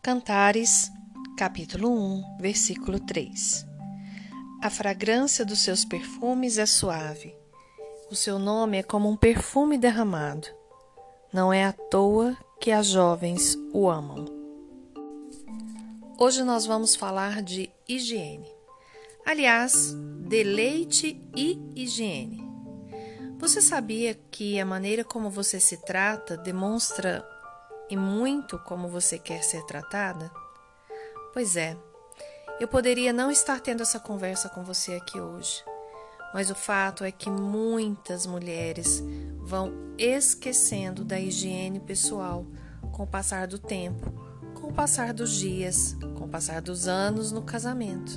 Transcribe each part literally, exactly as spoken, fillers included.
Cantares, capítulo um, versículo três. A fragrância dos seus perfumes é suave. O seu nome é como um perfume derramado. Não é à toa que as jovens o amam. Hoje nós vamos falar de higiene. Aliás, deleite e higiene. Você sabia que a maneira como você se trata demonstra e muito como você quer ser tratada? Pois é, eu poderia não estar tendo essa conversa com você aqui hoje, mas o fato é que muitas mulheres vão esquecendo da higiene pessoal com o passar do tempo, com o passar dos dias, com o passar dos anos no casamento.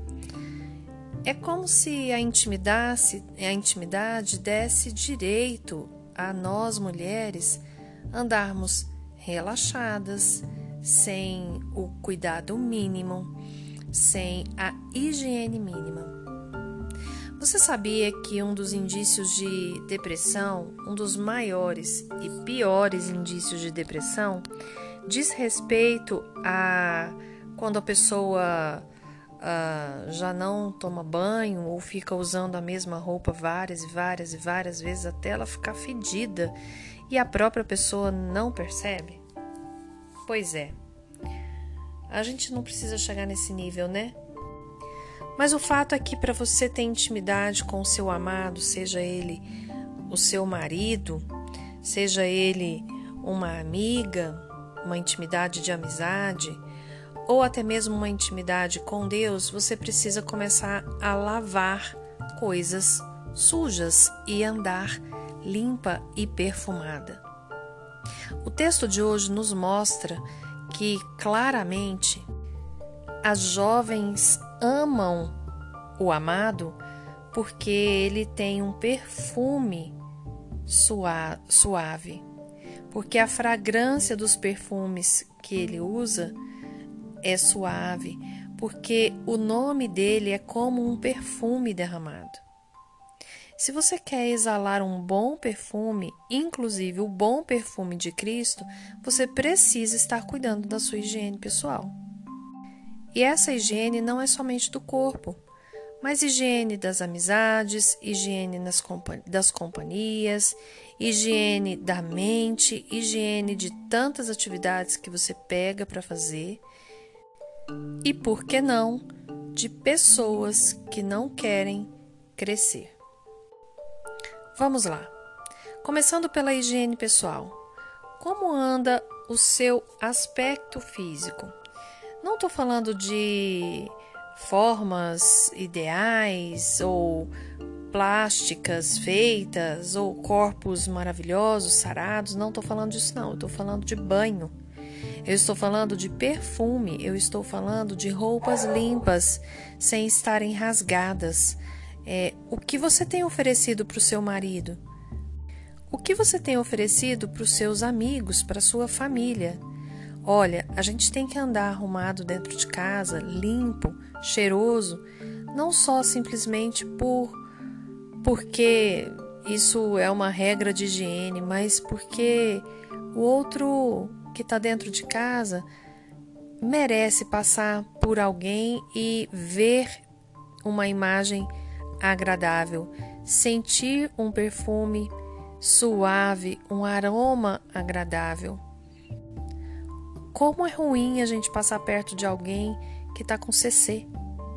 É como se a intimidade, a intimidade desse direito a nós mulheres andarmos relaxadas, sem o cuidado mínimo, sem a higiene mínima. Você sabia que um dos indícios de depressão, um dos maiores e piores indícios de depressão, diz respeito a quando a pessoa uh, já não toma banho ou fica usando a mesma roupa várias e várias e várias vezes até ela ficar fedida e a própria pessoa não percebe? Pois é, a gente não precisa chegar nesse nível, né? Mas o fato é que para você ter intimidade com o seu amado, seja ele o seu marido, seja ele uma amiga, uma intimidade de amizade, ou até mesmo uma intimidade com Deus, você precisa começar a lavar coisas sujas e andar limpa e perfumada. O texto de hoje nos mostra que, claramente, as jovens amam o amado porque ele tem um perfume sua- suave, porque a fragrância dos perfumes que ele usa é suave, porque o nome dele é como um perfume derramado. Se você quer exalar um bom perfume, inclusive o bom perfume de Cristo, você precisa estar cuidando da sua higiene pessoal. E essa higiene não é somente do corpo, mas higiene das amizades, higiene nas compa- das companhias, higiene da mente, higiene de tantas atividades que você pega para fazer e, por que não, de pessoas que não querem crescer. Vamos lá. Começando pela higiene pessoal. Como anda o seu aspecto físico? Não estou falando de formas ideais ou plásticas feitas ou corpos maravilhosos, sarados. Não estou falando disso, não. Eu estou falando de banho. Eu estou falando de perfume. Eu estou falando de roupas limpas, sem estarem rasgadas. É, o que você tem oferecido para o seu marido? O que você tem oferecido para os seus amigos, para a sua família? Olha, a gente tem que andar arrumado dentro de casa, limpo, cheiroso, não só simplesmente por porque isso é uma regra de higiene, mas porque o outro que está dentro de casa merece passar por alguém e ver uma imagem agradável, sentir um perfume suave, um aroma agradável. Como é ruim a gente passar perto de alguém que está com C C.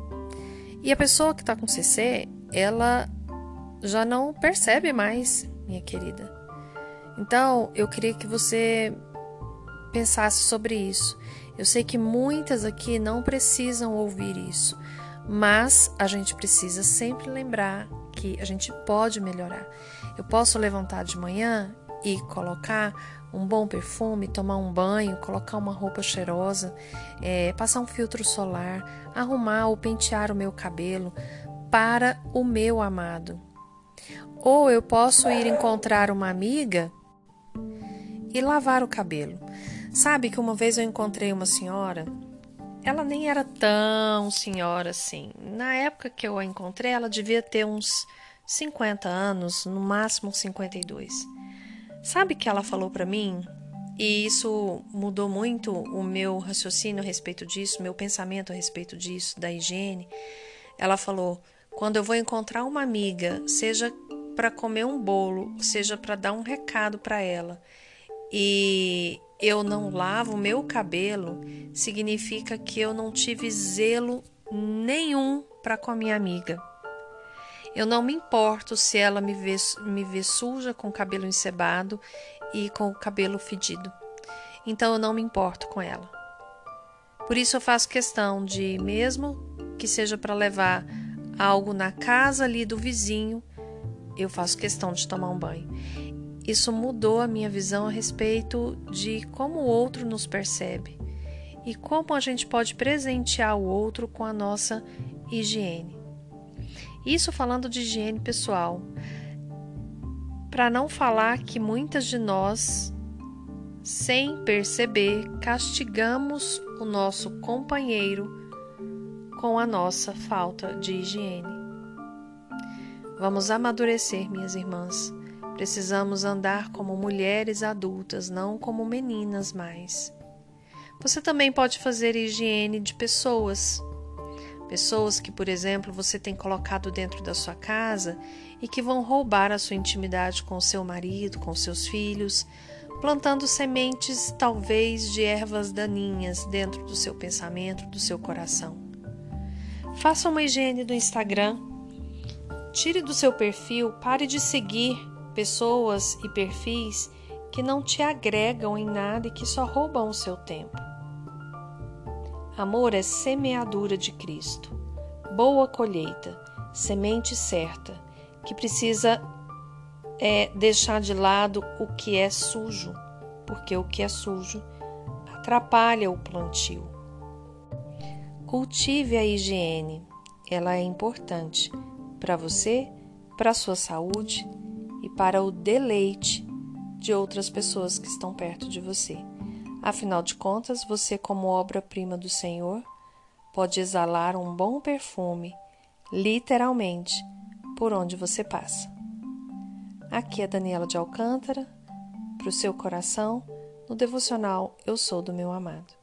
E a pessoa que está com C C, ela já não percebe mais, minha querida. Então, eu queria que você pensasse sobre isso. Eu sei que muitas aqui não precisam ouvir isso, mas a gente precisa sempre lembrar que a gente pode melhorar. Eu posso levantar de manhã e colocar um bom perfume, tomar um banho, colocar uma roupa cheirosa, é, passar um filtro solar, arrumar ou pentear o meu cabelo para o meu amado. Ou eu posso ir encontrar uma amiga e lavar o cabelo. Sabe que uma vez eu encontrei uma senhora, ela nem era tão senhora assim. Na época que eu a encontrei, ela devia ter uns cinquenta anos, no máximo cinquenta e dois. Sabe o que ela falou para mim? e isso mudou muito o meu raciocínio a respeito disso, meu pensamento a respeito disso, da higiene. Ela falou: quando eu vou encontrar uma amiga, seja para comer um bolo, seja para dar um recado para ela, e eu não lavo o meu cabelo, significa que eu não tive zelo nenhum para com a minha amiga. Eu não me importo se ela me vê, me vê suja, com o cabelo encebado e com o cabelo fedido. Então eu não me importo com ela. Por isso eu faço questão de, mesmo que seja para levar algo na casa ali do vizinho, eu faço questão de tomar um banho. Isso mudou a minha visão a respeito de como o outro nos percebe e como a gente pode presentear o outro com a nossa higiene. Isso falando de higiene pessoal. Para não falar que muitas de nós, sem perceber, castigamos o nosso companheiro com a nossa falta de higiene. Vamos amadurecer, minhas irmãs. Precisamos andar como mulheres adultas, não como meninas mais. Você também pode fazer higiene de pessoas. Pessoas que, por exemplo, você tem colocado dentro da sua casa e que vão roubar a sua intimidade com o seu marido, com seus filhos, plantando sementes, talvez, de ervas daninhas dentro do seu pensamento, do seu coração. Faça uma higiene do Instagram. Tire do seu perfil, pare de seguir pessoas e perfis que não te agregam em nada e que só roubam o seu tempo. Amor é semeadura de Cristo, boa colheita, semente certa, que precisa é, deixar de lado o que é sujo, porque o que é sujo atrapalha o plantio. Cultive a higiene, ela é importante para você, para a sua saúde e para o deleite de outras pessoas que estão perto de você. Afinal de contas, você, como obra-prima do Senhor, pode exalar um bom perfume, literalmente, por onde você passa. Aqui é Daniela de Alcântara, para o seu coração, no devocional Eu Sou do Meu Amado.